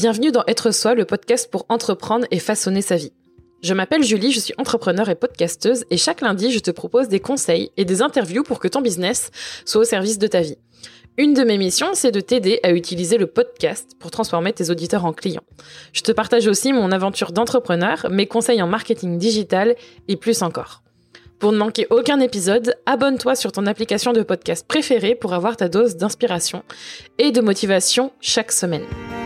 Bienvenue dans Être Soi, le podcast pour entreprendre et façonner sa vie. Je m'appelle Julie, je suis entrepreneur et podcasteuse et chaque lundi, je te propose des conseils et des interviews pour que ton business soit au service de ta vie. Une de mes missions, c'est de t'aider à utiliser le podcast pour transformer tes auditeurs en clients. Je te partage aussi mon aventure d'entrepreneur, mes conseils en marketing digital et plus encore. Pour ne manquer aucun épisode, abonne-toi sur ton application de podcast préférée pour avoir ta dose d'inspiration et de motivation chaque semaine.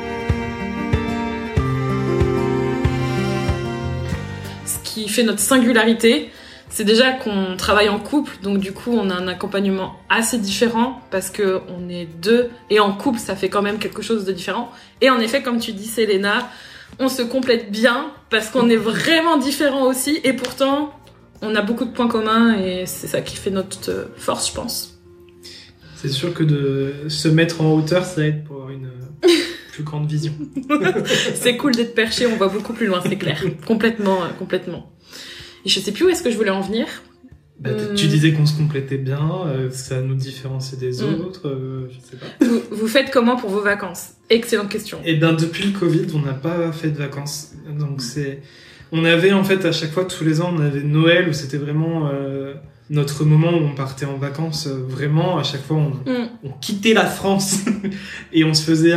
Ce qui fait notre singularité, c'est déjà qu'on travaille en couple, donc du coup on a un accompagnement assez différent parce que on est deux et en couple ça fait quand même quelque chose de différent. Et en effet, comme tu dis Selena, on se complète bien parce qu'on est vraiment différents aussi et pourtant on a beaucoup de points communs et c'est ça qui fait notre force, je pense. C'est sûr que de se mettre en hauteur, ça aide pour avoir une plus grande vision. C'est cool d'être perché, on voit beaucoup plus loin, c'est clair. Complètement. Et je sais plus où est-ce que je voulais en venir. Tu disais qu'on se complétait bien, ça nous différenciait des autres, je sais pas. Vous faites comment pour vos vacances? Excellente question. Et bien depuis le Covid, on n'a pas fait de vacances. Donc on avait en fait à chaque fois, tous les ans, on avait Noël où c'était vraiment notre moment où on partait en vacances. Vraiment, à chaque fois, on quittait la France et on se faisait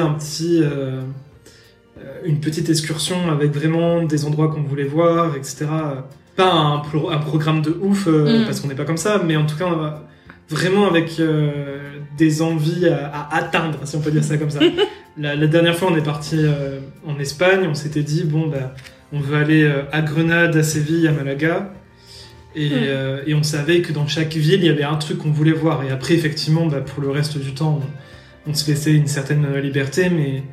une petite excursion avec vraiment des endroits qu'on voulait voir, etc. Pas un programme de ouf parce qu'on n'est pas comme ça, mais en tout cas vraiment avec des envies à atteindre, si on peut dire ça comme ça. La dernière fois on est parti en Espagne, on s'était dit on veut aller à Grenade, à Séville, à Malaga et on savait que dans chaque ville il y avait un truc qu'on voulait voir, et après effectivement pour le reste du temps on se laissait une certaine liberté,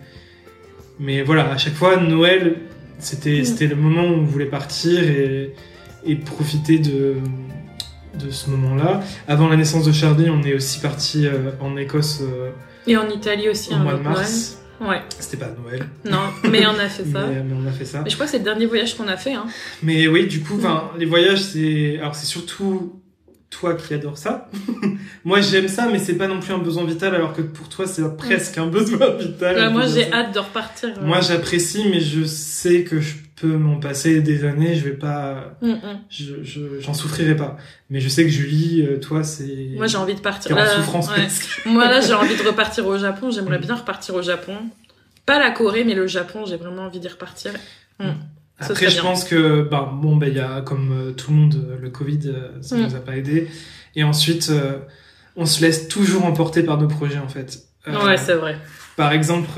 mais voilà, à chaque fois Noël c'était le moment où on voulait partir et profiter de ce moment-là. Avant la naissance de Charlie, on est aussi parti en Écosse et en Italie aussi au mois de mars. Noël. Ouais. C'était pas Noël. Non, mais on a fait ça. mais on a fait ça. Mais je crois que c'est le dernier voyage qu'on a fait. Hein. Mais oui, du coup, les voyages, c'est surtout toi qui adores ça. Moi, j'aime ça, mais c'est pas non plus un besoin vital, alors que pour toi, c'est presque un besoin vital. Moi, j'ai hâte de repartir. Moi, j'apprécie, mais je sais que je peux m'en passer des années, je vais pas, j'en souffrirai pas. Mais je sais que Julie, toi, c'est... Moi, j'ai envie de partir. T'es en souffrance presque. Moi, là, j'ai envie de repartir au Japon. J'aimerais bien repartir au Japon. Pas la Corée, mais le Japon, j'ai vraiment envie d'y repartir. Après, je pense que, il y a, comme tout le monde, le Covid, ça nous a pas aidé. Et ensuite, on se laisse toujours emporter par nos projets, en fait. Ouais, c'est vrai. Par exemple,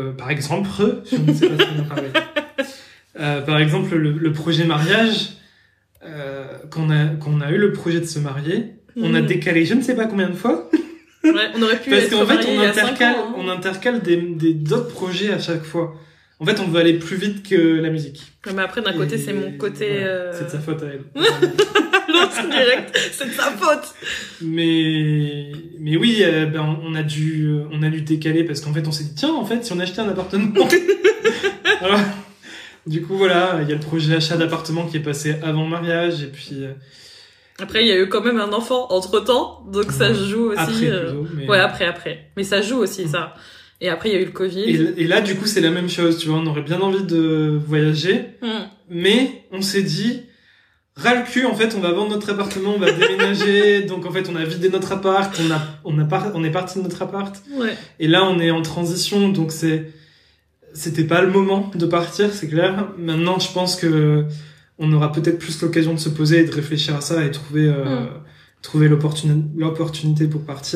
je ne sais pas si on parler. Par exemple, le projet mariage, qu'on a eu le projet de se marier, on a décalé je ne sais pas combien de fois. Ouais, on aurait pu parce être qu'en fait, mariés on intercale d'autres projets à chaque fois. En fait, on veut aller plus vite que la musique. Mais après, d'un côté, c'est mon côté... Voilà, c'est de sa faute à elle. L'autre direct, c'est de sa faute. Mais oui, on a dû décaler parce qu'en fait, on s'est dit, tiens, en fait, si on achetait un appartement... Voilà. Du coup, voilà, il y a le projet achat d'appartement qui est passé avant le mariage, et puis... Après, il y a eu quand même un enfant entre-temps, donc ça joue aussi... Après, plutôt, mais... Ouais, après. Mais ça joue aussi, ça. Et après, il y a eu le Covid. Et là, du coup, c'est la même chose, tu vois, on aurait bien envie de voyager, mais on s'est dit, ras le cul, en fait, on va vendre notre appartement, on va déménager, donc en fait, on a vidé notre appart, on est parti de notre appart. Ouais. Et là, on est en transition, donc c'était pas le moment de partir, c'est clair. Maintenant, je pense que on aura peut-être plus l'occasion de se poser et de réfléchir à ça et trouver l'opportunité pour partir.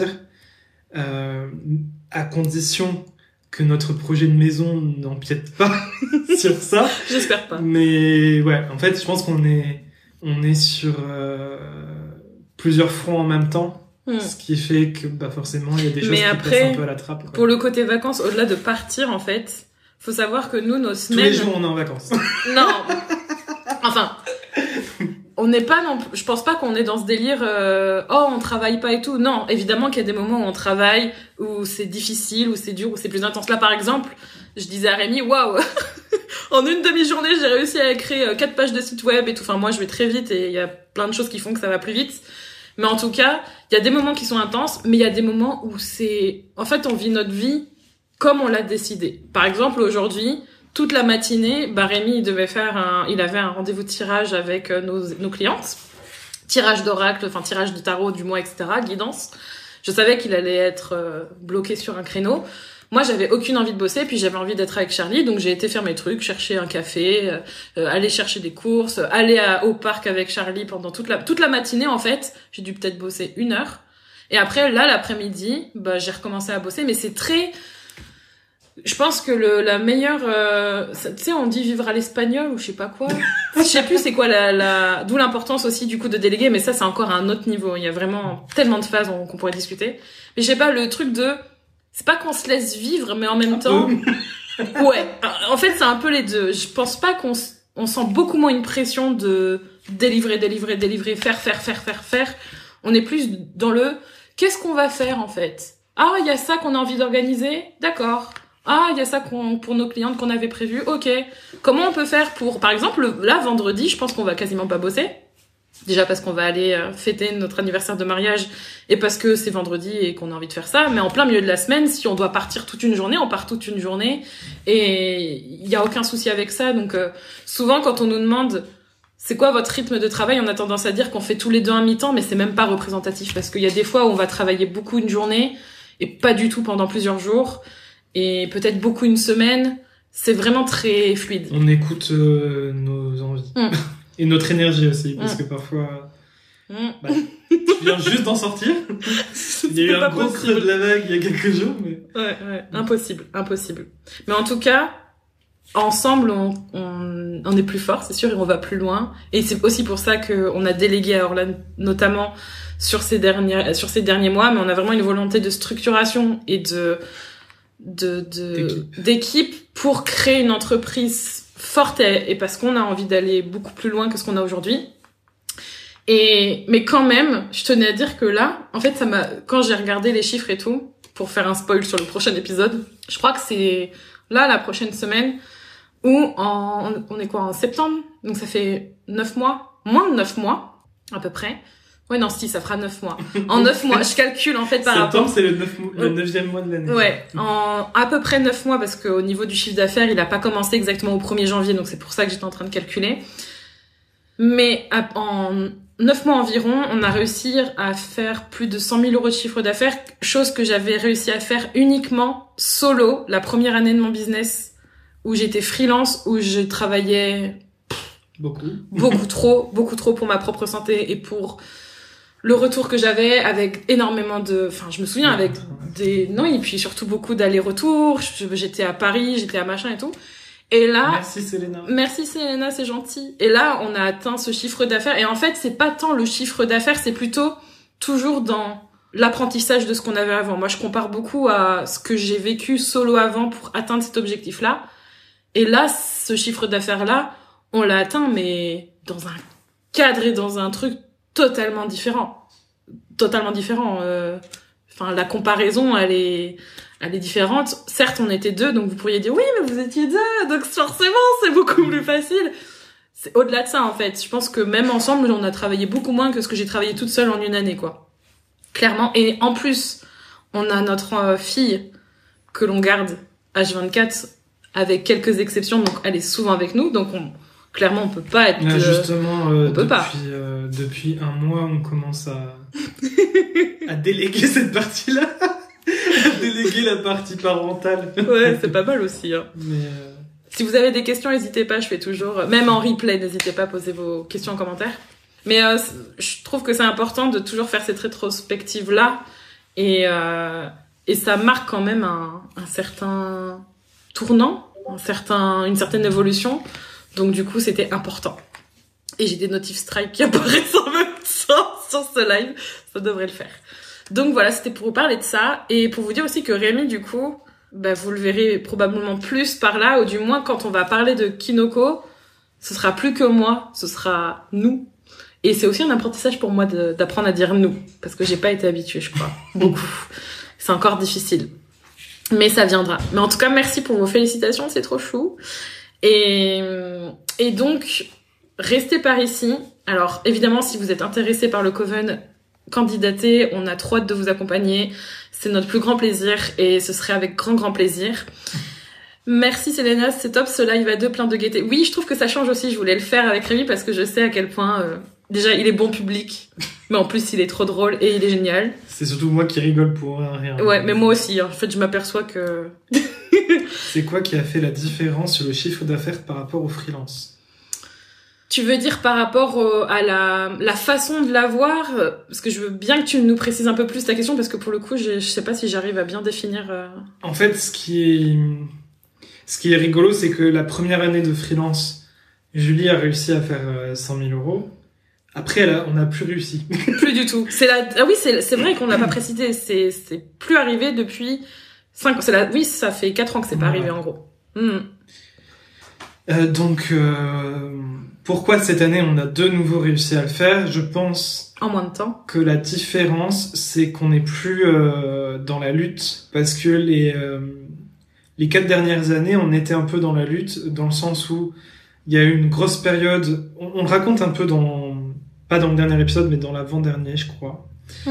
À condition que notre projet de maison n'empiète pas sur ça. J'espère pas. Mais ouais, en fait, je pense qu'on est sur plusieurs fronts en même temps. Ce qui fait que forcément, il y a des choses qui passent un peu à la trappe. Quoi. Pour le côté vacances, au-delà de partir, en fait, faut savoir que nous, nos semaines... Tous les jours, on est en vacances. Non. Enfin, on n'est pas non. Je pense pas qu'on est dans ce délire. On travaille pas et tout. Non, évidemment qu'il y a des moments où on travaille, où c'est difficile, où c'est dur, où c'est plus intense. Là, par exemple, je disais à Rémi, waouh, en une demi-journée, j'ai réussi à écrire 4 pages de site web et tout. Enfin, moi, je vais très vite et il y a plein de choses qui font que ça va plus vite. Mais en tout cas, il y a des moments qui sont intenses, mais il y a des moments où en fait, on vit notre vie comme on l'a décidé. Par exemple, aujourd'hui, toute la matinée, Rémi, il avait un rendez-vous de tirage avec nos clientes. Tirage d'oracle, enfin tirage de tarot du mois, etc., guidance. Je savais qu'il allait être bloqué sur un créneau. Moi, j'avais aucune envie de bosser, puis j'avais envie d'être avec Charlie, donc j'ai été faire mes trucs, chercher un café, aller chercher des courses, aller au parc avec Charlie pendant toute la matinée, en fait. J'ai dû peut-être bosser 1 heure. Et après, là, l'après-midi, j'ai recommencé à bosser, mais c'est très... Je pense que la meilleure... tu sais, on dit vivre à l'espagnol ou je sais pas quoi. Je sais plus c'est quoi d'où l'importance aussi du coup de déléguer, mais ça, c'est encore à un autre niveau. Il y a vraiment tellement de phases qu'on pourrait discuter. Mais je sais pas, le truc de... C'est pas qu'on se laisse vivre, mais en même temps... Ouais. En fait, c'est un peu les deux. Je pense pas qu'on sent beaucoup moins une pression de délivrer, faire. On est plus dans le... Qu'est-ce qu'on va faire, en fait? Ah, il y a ça qu'on a envie d'organiser? D'accord. Ah, il y a ça pour nos clientes qu'on avait prévu. Ok. Comment on peut faire pour... Par exemple, là, vendredi, je pense qu'on va quasiment pas bosser. Déjà parce qu'on va aller fêter notre anniversaire de mariage et parce que c'est vendredi et qu'on a envie de faire ça. Mais en plein milieu de la semaine, si on doit partir toute une journée, on part toute une journée. Et il y a aucun souci avec ça. Donc, souvent, quand on nous demande c'est quoi votre rythme de travail, on a tendance à dire qu'on fait tous les deux un mi-temps, mais c'est même pas représentatif parce qu'il y a des fois où on va travailler beaucoup une journée et pas du tout pendant plusieurs jours. Et peut-être beaucoup une semaine, c'est vraiment très fluide. On écoute nos envies. Et notre énergie aussi, parce que parfois... tu viens juste d'en sortir. Il y a eu un gros creux de la vague il y a quelques jours, mais... Ouais, impossible. Mais en tout cas, ensemble, on est plus fort, c'est sûr, et on va plus loin. Et c'est aussi pour ça qu'on a délégué à Orlan, notamment sur ces derniers mois, mais on a vraiment une volonté de structuration et d'équipe pour créer une entreprise forte et parce qu'on a envie d'aller beaucoup plus loin que ce qu'on a aujourd'hui. Mais quand même, je tenais à dire que là, en fait, quand j'ai regardé les chiffres et tout, pour faire un spoil sur le prochain épisode, je crois que c'est là, la prochaine semaine, où on est quoi, en septembre? Donc ça fait 9 mois, moins de 9 mois, à peu près. Ouais, non, si, ça fera 9 mois. En 9 mois, je calcule, en fait, par rapport... Septembre, c'est le 9e mois de l'année. Ouais, en à peu près 9 mois, parce qu'au niveau du chiffre d'affaires, il a pas commencé exactement au 1er janvier, donc c'est pour ça que j'étais en train de calculer. Mais en 9 mois environ, on a réussi à faire plus de 100 000 euros de chiffre d'affaires, chose que j'avais réussi à faire uniquement solo la première année de mon business, où j'étais freelance, où je travaillais beaucoup trop pour ma propre santé et pour le retour que j'avais avec énormément je me souviens avec et puis surtout beaucoup d'allers-retours. J'étais à Paris, j'étais à machin et tout. Et là... Merci Selena, c'est gentil. Et là, on a atteint ce chiffre d'affaires. Et en fait, c'est pas tant le chiffre d'affaires, c'est plutôt toujours dans l'apprentissage de ce qu'on avait avant. Moi, je compare beaucoup à ce que j'ai vécu solo avant pour atteindre cet objectif-là. Et là, ce chiffre d'affaires-là, on l'a atteint, mais dans un cadre et dans un truc totalement différent. La comparaison, elle est différente. Certes, on était 2, donc vous pourriez dire oui, mais vous étiez 2, donc forcément, c'est beaucoup plus facile. C'est au-delà de ça, en fait. Je pense que même ensemble, on a travaillé beaucoup moins que ce que j'ai travaillé toute seule en une année, quoi. Clairement. Et en plus, on a notre fille que l'on garde H24 avec quelques exceptions, donc elle est souvent avec nous, donc clairement, on peut pas être... Justement, depuis un mois, on commence à déléguer cette partie-là. À déléguer la partie parentale. Ouais, c'est pas mal aussi. Hein. Mais si vous avez des questions, n'hésitez pas. Je fais toujours... Même en replay, n'hésitez pas à poser vos questions en commentaire. Mais je trouve que c'est important de toujours faire cette rétrospective-là. Et ça marque quand même un certain tournant, une certaine évolution. Donc du coup, c'était important. Et j'ai des notifs Stripe qui apparaissent en même temps sur ce live. Ça devrait le faire. Donc voilà, c'était pour vous parler de ça. Et pour vous dire aussi que Rémi, du coup, vous le verrez probablement plus par là. Ou du moins, quand on va parler de Kinoko, ce sera plus que moi, ce sera nous. Et c'est aussi un apprentissage pour moi d'apprendre à dire nous. Parce que j'ai pas été habituée, je crois. Beaucoup. C'est encore difficile. Mais ça viendra. Mais en tout cas, merci pour vos félicitations, c'est trop chou. Et donc, restez par ici. Alors, évidemment, si vous êtes intéressé par le Coven, candidater. On a trop hâte de vous accompagner. C'est notre plus grand plaisir et ce serait avec grand plaisir. Merci Selena, c'est top ce live à deux plein de gaieté. Oui, je trouve que ça change aussi. Je voulais le faire avec Rémi parce que je sais à quel point déjà il est bon public, mais en plus il est trop drôle et il est génial. C'est surtout moi qui rigole pour rien. Ouais, mais moi aussi. En fait, je m'aperçois que... C'est quoi qui a fait la différence sur le chiffre d'affaires par rapport au freelance ? Tu veux dire par rapport à la façon de l'avoir ? Parce que je veux bien que tu nous précises un peu plus ta question, parce que pour le coup, je sais pas si j'arrive à bien définir... En fait, ce qui est rigolo, c'est que la première année de freelance, Julie a réussi à faire 100 000 euros. Après, on n'a plus réussi. Plus du tout. Ah oui, c'est vrai qu'on l'a pas précisé. C'est plus arrivé depuis 5 ans. Oui, ça fait 4 ans que c'est pas arrivé, en gros. Donc, pourquoi cette année on a de nouveau réussi à le faire ? Je pense en moins de temps que la différence, c'est qu'on n'est plus dans la lutte, parce que les 4 dernières années, on était un peu dans la lutte, dans le sens où il y a eu une grosse période. On le raconte un peu pas dans le dernier épisode, mais dans l'avant-dernier, je crois.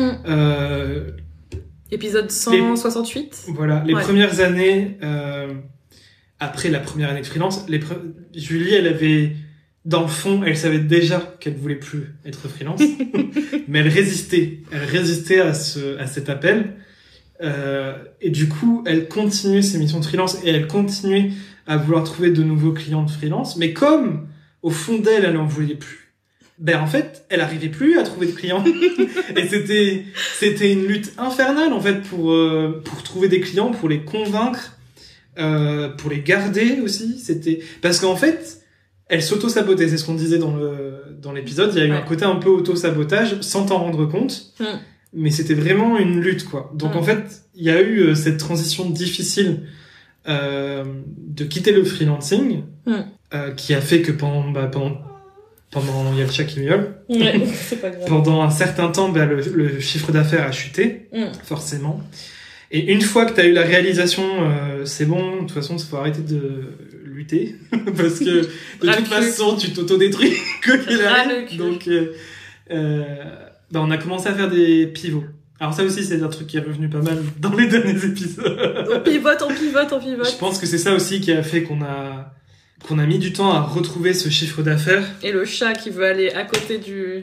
Épisode 168. Voilà, les premières années. Après la première année de freelance, Julie, elle avait, dans le fond, elle savait déjà qu'elle voulait plus être freelance, mais elle résistait à cet appel, et du coup, elle continuait ses missions de freelance et elle continuait à vouloir trouver de nouveaux clients de freelance, mais comme au fond d'elle, elle en voulait plus, en fait, elle arrivait plus à trouver de clients, et c'était une lutte infernale en fait pour trouver des clients, pour les convaincre. Pour les garder aussi, c'était parce qu'en fait elle s'auto-sabotait, c'est ce qu'on disait dans l'épisode, il y a eu un côté un peu auto-sabotage sans t'en rendre compte, mais c'était vraiment une lutte quoi. Donc en fait il y a eu cette transition difficile de quitter le freelancing qui a fait que pendant il y a le chat qui miaule, c'est pas grave. Pendant un certain temps le chiffre d'affaires a chuté forcément. Et une fois que t'as eu la réalisation, c'est bon, de toute façon, il faut arrêter de lutter, parce que de toute façon, tu t'auto-détruis quoi qu'il arrive. Donc, on a commencé à faire des pivots. Alors ça aussi, c'est un truc qui est revenu pas mal dans les derniers épisodes. On pivote. Je pense que c'est ça aussi qui a fait qu'on a mis du temps à retrouver ce chiffre d'affaires. Et le chat qui veut aller à côté du...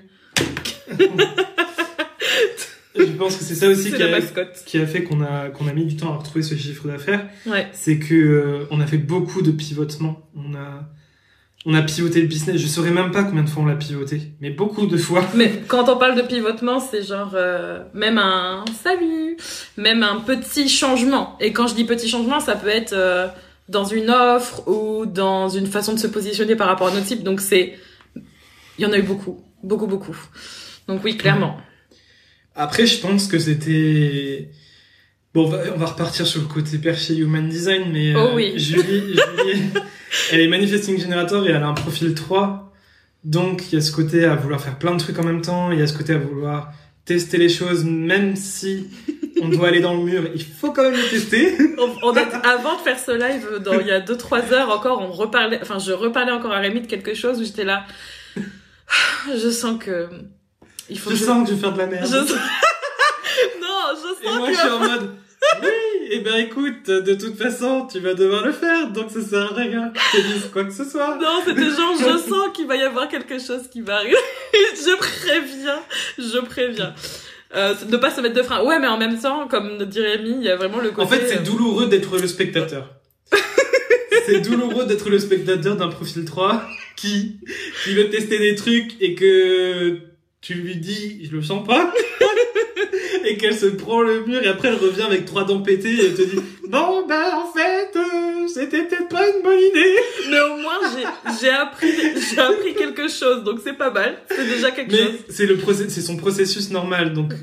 Je pense que c'est ça aussi qui a fait qu'on a mis du temps à retrouver ce chiffre d'affaires. Ouais. C'est que on a fait beaucoup de pivotements. On a pivoté le business. Je saurais même pas combien de fois on l'a pivoté, mais beaucoup de fois. Mais quand on parle de pivotement, c'est genre même un salut, même un petit changement. Et quand je dis petit changement, ça peut être dans une offre ou dans une façon de se positionner par rapport à notre type. Donc il y en a eu beaucoup. Donc oui, clairement. Après, je pense que c'était... Bon, on va repartir sur le côté perché Human Design, mais oui. Julie, elle est Manifesting Generator et elle a un profil 3. Donc, il y a ce côté à vouloir faire plein de trucs en même temps, il y a ce côté à vouloir tester les choses, même si on doit aller dans le mur, il faut quand même le tester. Avant de faire ce live, il y a 2-3 heures encore, je reparlais encore à Rémi de quelque chose où j'étais là... Je sens que... Je sens que je vais faire de la merde. Non, je sens que... Et moi, je suis en mode... Oui, écoute, de toute façon, tu vas devoir le faire, donc ça sert à rien que je te dise quoi que ce soit. Non, c'était genre, je sens qu'il va y avoir quelque chose qui va arriver. Je préviens. Ne pas se mettre de frein. Ouais, mais en même temps, comme dit Rémi, il y a vraiment le côté... En fait, c'est douloureux d'être le spectateur. C'est douloureux d'être le spectateur d'un profil 3 qui veut tester des trucs et que tu lui dis, je le sens pas. Et qu'elle se prend le mur et après elle revient avec 3 dents pétées et elle te dit, bon, en fait, c'était peut-être pas une bonne idée. Mais au moins, j'ai appris quelque chose, donc c'est pas mal. C'est déjà quelque chose. Mais c'est son processus normal, donc.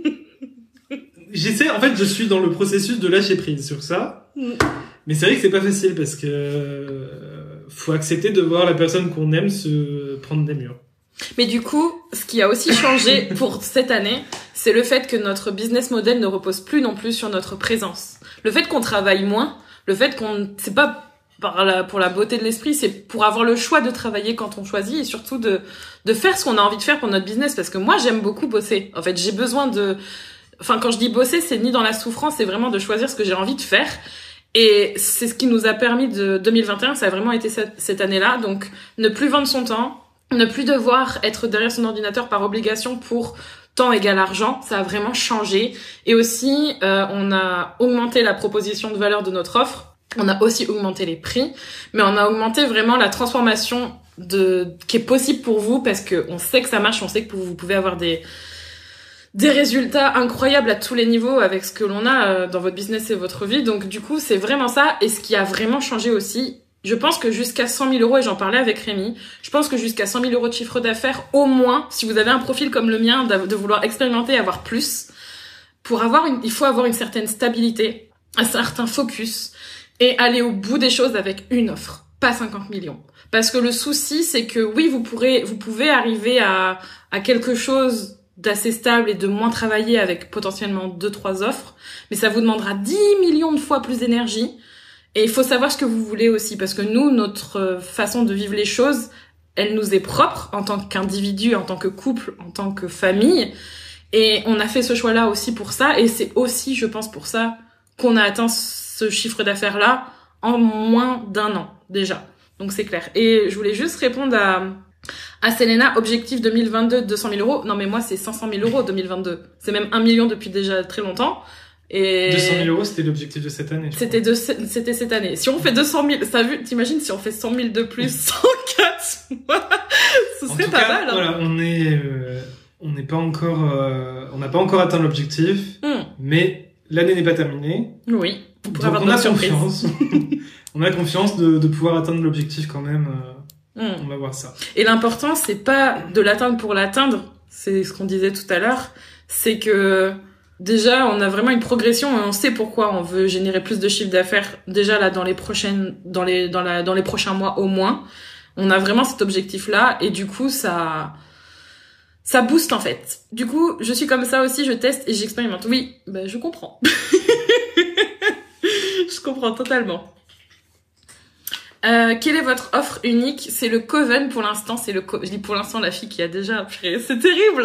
Je suis dans le processus de lâcher prise sur ça. Mais c'est vrai que c'est pas facile parce que faut accepter de voir la personne qu'on aime se prendre des murs. Mais du coup, ce qui a aussi changé pour cette année, c'est le fait que notre business model ne repose plus non plus sur notre présence. Le fait qu'on travaille moins, le fait c'est pas pour la beauté de l'esprit, c'est pour avoir le choix de travailler quand on choisit et surtout de faire ce qu'on a envie de faire pour notre business, parce que moi j'aime beaucoup bosser. En fait, j'ai besoin quand je dis bosser, c'est ni dans la souffrance, c'est vraiment de choisir ce que j'ai envie de faire. Et c'est ce qui nous a permis 2021, ça a vraiment été cette année-là. Donc, ne plus vendre son temps, ne plus devoir être derrière son ordinateur par obligation pour temps égale argent, ça a vraiment changé. Et aussi, on a augmenté la proposition de valeur de notre offre. On a aussi augmenté les prix, mais on a augmenté vraiment la transformation qui est possible pour vous, parce que on sait que ça marche, on sait que vous pouvez avoir des résultats incroyables à tous les niveaux avec ce que l'on a dans votre business et votre vie. Donc du coup, c'est vraiment ça. Et ce qui a vraiment changé aussi, je pense que jusqu'à 100 000 euros, et j'en parlais avec Rémi, je pense que jusqu'à 100 000 euros de chiffre d'affaires, au moins, si vous avez un profil comme le mien, de vouloir expérimenter, avoir plus, il faut avoir une certaine stabilité, un certain focus, et aller au bout des choses avec une offre, pas 50 millions. Parce que le souci, c'est que oui, vous pouvez arriver à quelque chose d'assez stable et de moins travailler avec potentiellement 2-3 offres, mais ça vous demandera 10 millions de fois plus d'énergie. Et il faut savoir ce que vous voulez aussi, parce que nous, notre façon de vivre les choses, elle nous est propre en tant qu'individu, en tant que couple, en tant que famille. Et on a fait ce choix-là aussi pour ça, et c'est aussi, je pense, pour ça qu'on a atteint ce chiffre d'affaires-là en moins d'1 an, déjà. Donc c'est clair. Et je voulais juste répondre à Selena, objectif 2022, 200 000 euros. Non, mais moi, c'est 500 000 euros 2022. C'est même 1 million depuis déjà très longtemps. Et 200 000 euros, c'était l'objectif de cette année. C'était cette année. Si on fait 200 000, t'imagines si on fait 100 000 de plus en 4 mois, ce serait pas mal. Hein. Voilà, on n'est pas encore, on n'a pas encore atteint l'objectif, mais l'année n'est pas terminée. Oui. Donc on a confiance. On a confiance de pouvoir atteindre l'objectif quand même. On va voir ça. Et l'important, c'est pas de l'atteindre pour l'atteindre. C'est ce qu'on disait tout à l'heure. C'est que déjà, on a vraiment une progression et on sait pourquoi on veut générer plus de chiffre d'affaires. Déjà là, dans les prochains mois au moins, on a vraiment cet objectif-là et du coup, ça booste en fait. Du coup, je suis comme ça aussi, je teste et j'expérimente. Oui, je comprends. Je comprends totalement. Quelle est votre offre unique? C'est le Coven pour l'instant, je dis pour l'instant la fille qui a déjà appris. C'est terrible.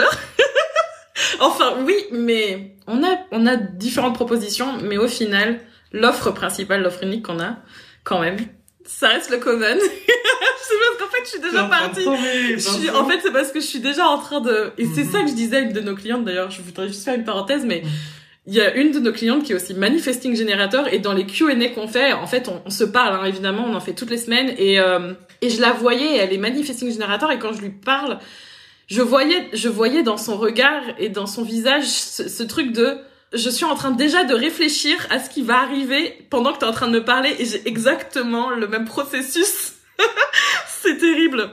Enfin oui, mais on a différentes propositions, mais au final, l'offre principale, l'offre unique qu'on a, quand même, ça reste le Coven. C'est parce qu'en fait, je suis déjà partie. En fait, c'est parce que je suis déjà en train de... Et c'est ça que je disais à une de nos clientes, d'ailleurs, je voudrais juste faire une parenthèse, mais il y a une de nos clientes qui est aussi Manifesting Generator, et dans les Q&A qu'on fait, en fait, on se parle, hein, évidemment, on en fait toutes les semaines, et je la voyais, elle est Manifesting Generator, et quand je lui parle, je voyais dans son regard et dans son visage ce truc de... Je suis en train déjà de réfléchir à ce qui va arriver pendant que t'es en train de me parler, et j'ai exactement le même processus. C'est terrible.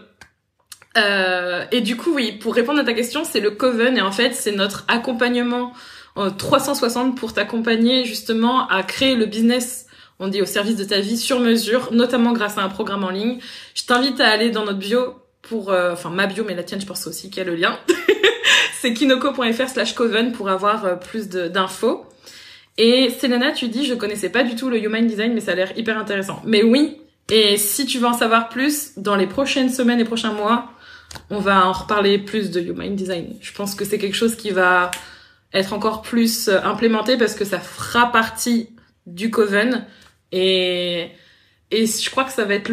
Et du coup, oui, pour répondre à ta question, c'est le Coven, et en fait, c'est notre accompagnement 360 pour t'accompagner justement à créer le business, on dit au service de ta vie sur mesure, notamment grâce à un programme en ligne. Je t'invite à aller dans notre bio pour, ma bio, mais la tienne, je pense aussi qu'il y a le lien. C'est kinoko.fr/coven pour avoir plus d'infos. Et Selena, tu dis, je connaissais pas du tout le Human Design, mais ça a l'air hyper intéressant. Mais oui, et si tu veux en savoir plus, dans les prochaines semaines et prochains mois, on va en reparler plus de Human Design. Je pense que c'est quelque chose qui va être encore plus implémenté parce que ça fera partie du Coven. Et je crois que ça va être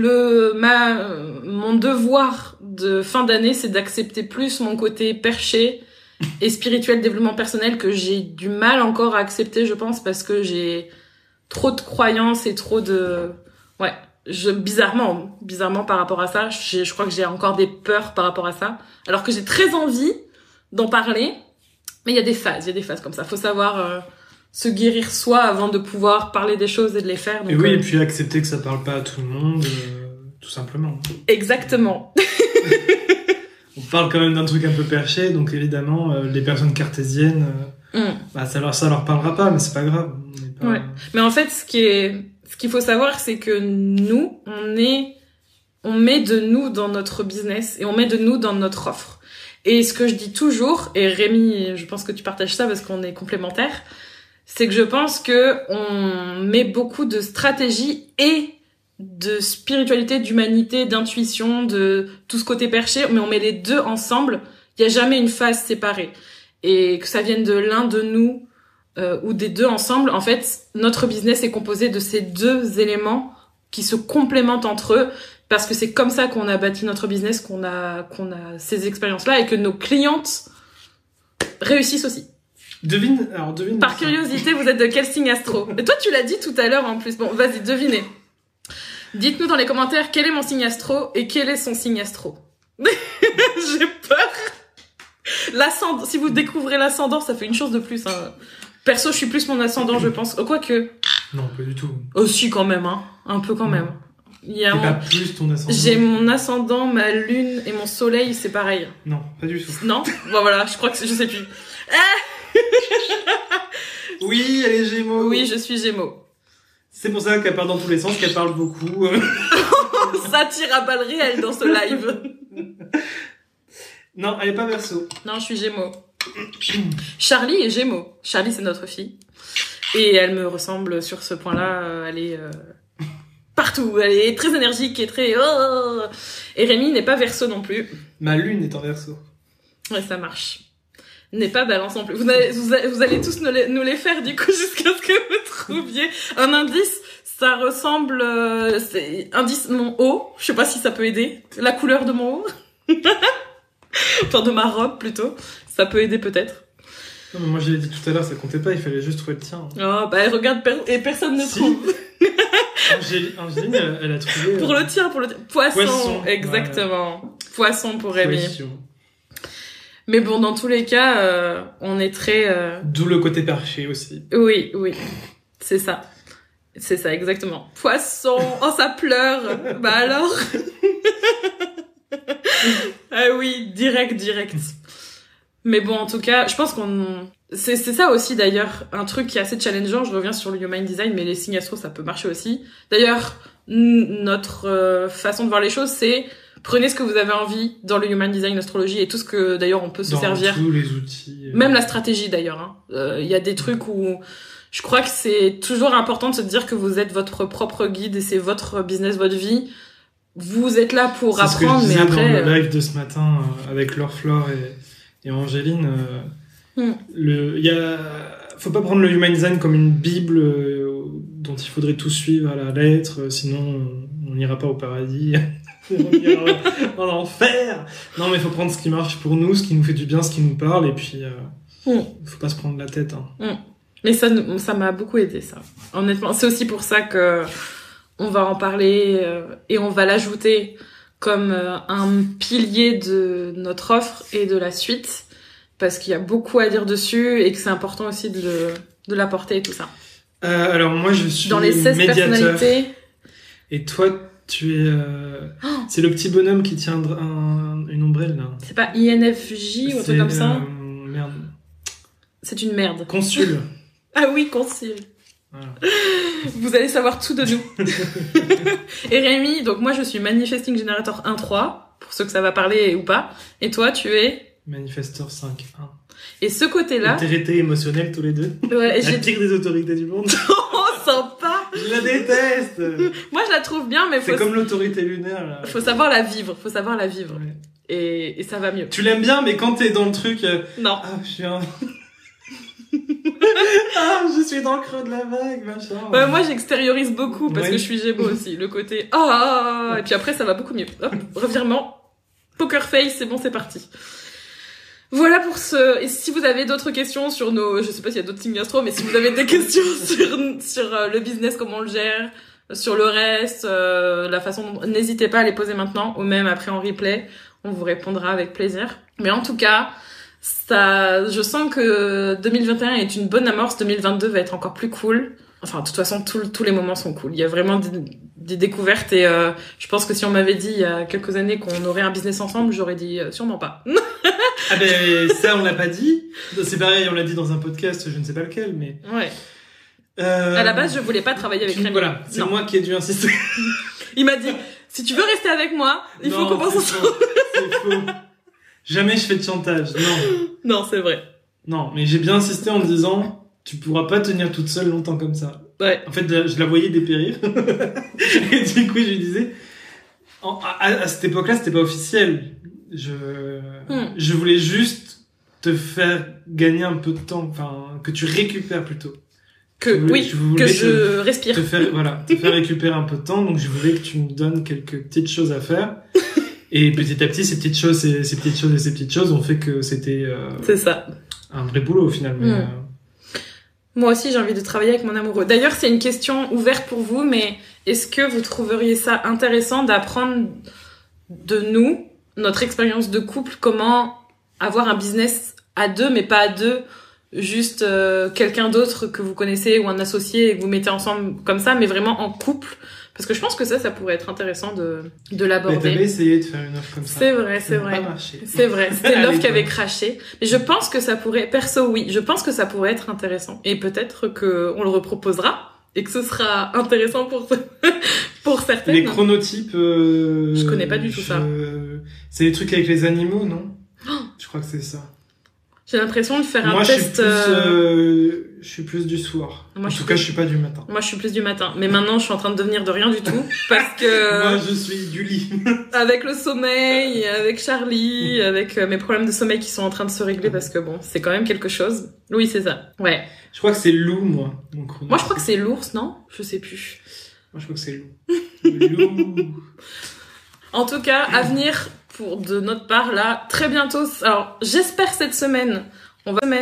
mon devoir de fin d'année, c'est d'accepter plus mon côté perché et spirituel, développement personnel, que j'ai du mal encore à accepter, je pense, parce que j'ai trop de croyances et trop de... Ouais, bizarrement par rapport à ça, je crois que j'ai encore des peurs par rapport à ça, alors que j'ai très envie d'en parler, mais il y a des phases comme ça. Faut savoir se guérir soi avant de pouvoir parler des choses et de les faire. Donc, et oui, et puis accepter que ça parle pas à tout le monde, tout simplement. Exactement. On parle quand même d'un truc un peu perché, donc évidemment, les personnes cartésiennes, ça leur parlera pas, mais c'est pas grave. Ouais. Mais en fait, ce qu'il faut savoir, c'est que nous, on met de nous dans notre business et on met de nous dans notre offre. Et ce que je dis toujours, et Rémi, je pense que tu partages ça parce qu'on est complémentaires, c'est que je pense que on met beaucoup de stratégie et de spiritualité, d'humanité, d'intuition, de tout ce côté perché, mais on met les deux ensemble. Il y a jamais une phase séparée. Et que ça vienne de l'un de nous ou des deux ensemble, en fait, notre business est composé de ces deux éléments qui se complémentent entre eux, parce que c'est comme ça qu'on a bâti notre business, qu'on a ces expériences-là, et que nos clientes réussissent aussi. Devine. Par curiosité, vous êtes de quel signe astro? Et toi, tu l'as dit tout à l'heure en plus. Bon, vas-y, devinez. Dites-nous dans les commentaires quel est mon signe astro et quel est son signe astro. J'ai peur. L'ascendant, si vous découvrez l'ascendant, ça fait une chose de plus. Hein. Perso, je suis plus mon ascendant, je pense. Quoique. Non, pas du tout. Aussi quand même, hein. Un peu quand même. Il y a pas plus ton ascendant. J'ai mon ascendant, ma lune et mon soleil, c'est pareil. Non, pas du tout. Non? Bon voilà, je crois que je sais plus. Oui, elle est Gémeaux. Oui, je suis Gémeaux. C'est pour ça qu'elle part dans tous les sens, qu'elle parle beaucoup. Ça tire à balles réelles dans ce live. Non, elle est pas Verseau. Non, je suis Gémeaux. Charlie est Gémeaux. Charlie, c'est notre fille. Et elle me ressemble sur ce point-là. Elle est partout. Elle est très énergique et très... Oh. Et Rémi n'est pas Verseau non plus. Ma lune est en Verseau. Ouais, ça marche. N'est pas Balance non plus. Vous allez tous nous les faire du coup jusqu'à ce que vous trouviez un indice. Ça ressemble... c'est indice mon haut. Je sais pas si ça peut aider. La couleur de mon haut. Enfin, de ma robe plutôt. Ça peut aider peut-être. Non, mais moi je l'ai dit tout à l'heure, ça comptait pas, il fallait juste trouver le tien. Oh, bah regarde, et personne ne trouve. Angéline, elle a trouvé... Pour le tien. Poisson, exactement. Ouais. Poisson pour Rémi. Poisson. Mais bon, dans tous les cas, on est très... D'où le côté perché aussi. Oui. C'est ça. C'est ça, exactement. Poisson, oh ça pleure. Bah alors. Ah oui, direct. Mais bon, en tout cas, je pense c'est ça aussi d'ailleurs, un truc qui est assez challengeant. Je reviens sur le Human Design, mais les signes astro, ça peut marcher aussi. D'ailleurs, notre façon de voir les choses, c'est prenez ce que vous avez envie dans le Human Design, l'astrologie et tout ce que d'ailleurs on peut se servir. Dans tous les outils. Même la stratégie d'ailleurs. Il y a des trucs où je crois que c'est toujours important de se dire que vous êtes votre propre guide et c'est votre business, votre vie. Vous êtes là pour apprendre, mais après... dans le live de ce matin avec Laure Flore et Angéline, faut pas prendre le Human Design comme une bible dont il faudrait tout suivre à la lettre, sinon on n'ira pas au paradis. On ira en enfer. Non, mais il faut prendre ce qui marche pour nous, ce qui nous fait du bien, ce qui nous parle, et puis faut pas se prendre la tête. Hein. Mais ça m'a beaucoup aidé, ça. Honnêtement, c'est aussi pour ça que on va en parler et on va l'ajouter comme un pilier de notre offre et de la suite, parce qu'il y a beaucoup à dire dessus et que c'est important aussi de l'apporter et tout ça. Alors moi, je suis dans les 16 médiateur. Personnalités. Et toi, tu es... c'est le petit bonhomme qui tient une ombrelle, là. C'est pas INFJ ou un truc comme ça? Merde. C'est une merde. Consul. Ah oui, consul. Voilà. Vous allez savoir tout de nous. Et Rémi, donc moi je suis Manifesting Generator 1.3, pour ceux que ça va parler ou pas. Et toi, tu es Manifestor 5.1. Et ce côté-là... Autorité émotionnelle tous les deux. Ouais, la pire des autorités du monde. Oh, sympa. Je la déteste. Moi je la trouve bien, mais c'est comme l'autorité lunaire, là. Faut savoir la vivre, Ouais. Et ça va mieux. Tu l'aimes bien, mais quand t'es dans le truc... Non. Ah, je suis je suis dans le creux de la vague, machin. Ouais, moi j'extériorise beaucoup parce que je suis Gémeaux aussi. Le côté et puis après ça va beaucoup mieux. Hop, revirement, poker face, c'est bon, c'est parti. Voilà pour ce. Et si vous avez d'autres questions sur je sais pas s'il y a d'autres signes astro, mais si vous avez des questions sur le business, comment on le gère, sur le reste, la façon dont... n'hésitez pas à les poser maintenant ou même après en replay. On vous répondra avec plaisir. Mais en tout cas, je sens que 2021 est une bonne amorce. 2022 va être encore plus cool. Enfin, de toute façon, tous les moments sont cool. Il y a vraiment des découvertes et je pense que si on m'avait dit il y a quelques années qu'on aurait un business ensemble, j'aurais dit sûrement pas. Ah ben ça on l'a pas dit. C'est pareil, on l'a dit dans un podcast, je ne sais pas lequel, mais. Ouais. À la base, je voulais pas travailler avec Rémi. Voilà, c'est moi qui ai dû insister. Il m'a dit si tu veux rester avec moi, il faut qu'on pense ensemble. C'est faux. Jamais je fais de chantage. Non. Non, c'est vrai. Non, mais j'ai bien insisté en me disant tu pourras pas tenir toute seule longtemps comme ça. Ouais. En fait, je la voyais dépérir. Et du coup, je lui disais, à cette époque-là, c'était pas officiel. Je voulais juste te faire gagner un peu de temps, enfin, que tu récupères plutôt. Je respire. Te faire récupérer un peu de temps, donc je voulais que tu me donnes quelques petites choses à faire. Et petit à petit, ces petites choses ont fait que c'était c'est ça. Un vrai boulot au final. Mais, Moi aussi, j'ai envie de travailler avec mon amoureux. D'ailleurs, c'est une question ouverte pour vous, mais est-ce que vous trouveriez ça intéressant d'apprendre de nous, notre expérience de couple, comment avoir un business à deux, mais pas à deux, juste quelqu'un d'autre que vous connaissez ou un associé et que vous mettez ensemble comme ça, mais vraiment en couple? Parce que je pense que ça pourrait être intéressant de l'aborder. Mais t'avais essayé de faire une offre comme ça. C'est vrai. Pas marché. C'est vrai. C'était l'offre qui avait craché. Mais je pense que ça pourrait, je pense que ça pourrait être intéressant. Et peut-être que on le reproposera et que ce sera intéressant pour certaines. Les chronotypes. Je connais pas du tout ça. C'est des trucs avec les animaux, non? Je crois que c'est ça. J'ai l'impression de faire un test. Je suis plus du soir. En tout cas, je suis pas du matin. Moi, je suis plus du matin. Mais maintenant, je suis en train de devenir de rien du tout. Parce que... Moi, je suis du lit. Avec le sommeil, avec Charlie, avec mes problèmes de sommeil qui sont en train de se régler parce que bon, c'est quand même quelque chose. Oui, c'est ça. Ouais. Je crois que c'est loup, moi, mon chrono. Moi, je crois que c'est l'ours, non? Je sais plus. Moi, je crois que c'est loup. Loup. En tout cas, à venir de notre part, là, très bientôt. Alors, j'espère cette semaine, on va...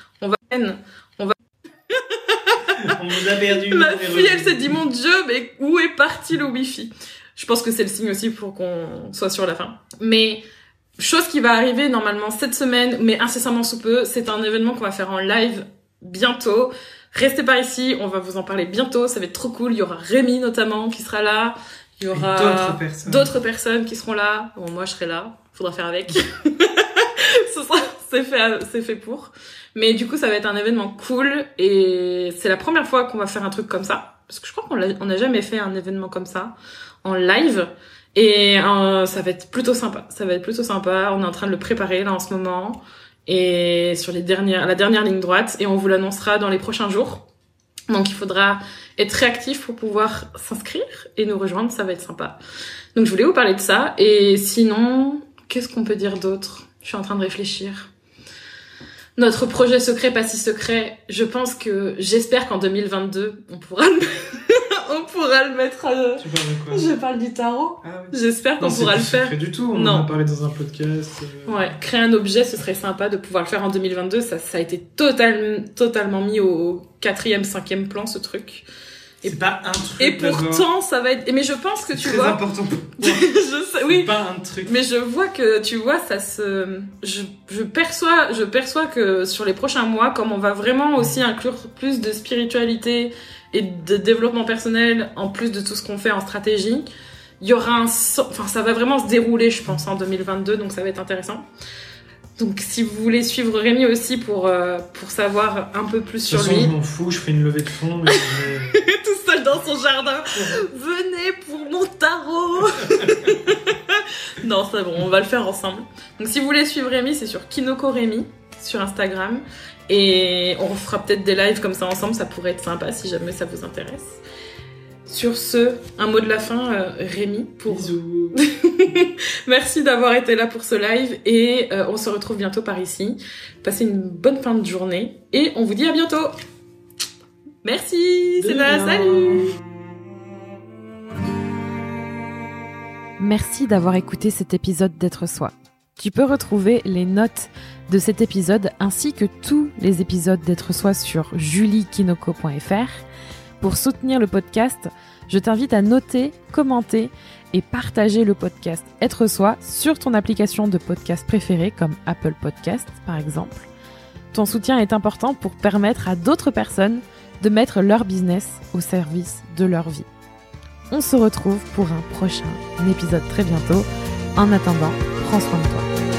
On vous a perdu. Ma fille, elle s'est dit, mon Dieu, mais où est parti le Wi-Fi? Je pense que c'est le signe aussi pour qu'on soit sur la fin. Mais, chose qui va arriver normalement cette semaine, mais incessamment sous peu, c'est un événement qu'on va faire en live bientôt. Restez par ici, on va vous en parler bientôt, ça va être trop cool. Il y aura Rémi notamment qui sera là. Il y aura d'autres personnes qui seront là. Bon, moi, je serai là. Faudra faire avec. C'est fait pour. Mais du coup, ça va être un événement cool et c'est la première fois qu'on va faire un truc comme ça. Parce que je crois qu'on n'a jamais fait un événement comme ça en live. Et ça va être plutôt sympa. On est en train de le préparer là en ce moment. Et sur la dernière ligne droite. Et on vous l'annoncera dans les prochains jours. Donc il faudra être réactif pour pouvoir s'inscrire et nous rejoindre. Ça va être sympa. Donc je voulais vous parler de ça. Et sinon, qu'est-ce qu'on peut dire d'autre? Je suis en train de réfléchir. Notre projet secret, pas si secret, j'espère qu'en 2022, on pourra le mettre à... Tu parles de quoi? Je parle du tarot. Ah, oui. J'espère qu'on pourra le faire. C'est pas secret du tout, on en a parlé dans un podcast. Ouais, créer un objet, ce serait sympa de pouvoir le faire en 2022. Ça a été totalement mis au 4e, 5e plan, ce truc. C'est pas un truc. Et pourtant, ça va être... Mais je pense que tu vois... C'est important pour moi. Je sais, oui. C'est pas un truc. Mais je vois que, tu vois, ça se... Je perçois que sur les prochains mois, comme on va vraiment aussi inclure plus de spiritualité et de développement personnel, en plus de tout ce qu'on fait en stratégie, il y aura ça va vraiment se dérouler, je pense, en 2022, donc ça va être intéressant. Donc, si vous voulez suivre Rémi aussi pour savoir un peu plus sur lui. De toute façon, je m'en fous, je fais une levée de fonds. Mais tout seul dans son jardin. Venez pour mon tarot. Non, c'est bon, on va le faire ensemble. Donc, si vous voulez suivre Rémi, c'est sur Kinoko Rémi, sur Instagram. Et on fera peut-être des lives comme ça ensemble, ça pourrait être sympa si jamais ça vous intéresse. Sur ce, un mot de la fin, Rémi. Bisous. Merci d'avoir été là pour ce live et on se retrouve bientôt par ici. Passez une bonne fin de journée et on vous dit à bientôt. Merci, c'est là, salut. Merci d'avoir écouté cet épisode d'Être Soi. Tu peux retrouver les notes de cet épisode ainsi que tous les épisodes d'Être Soi sur juliekinoko.fr. Pour soutenir le podcast, je t'invite à noter, commenter et partager le podcast Être Soi sur ton application de podcast préférée comme Apple Podcast par exemple. Ton soutien est important pour permettre à d'autres personnes de mettre leur business au service de leur vie. On se retrouve pour un prochain épisode très bientôt. En attendant, prends soin de toi.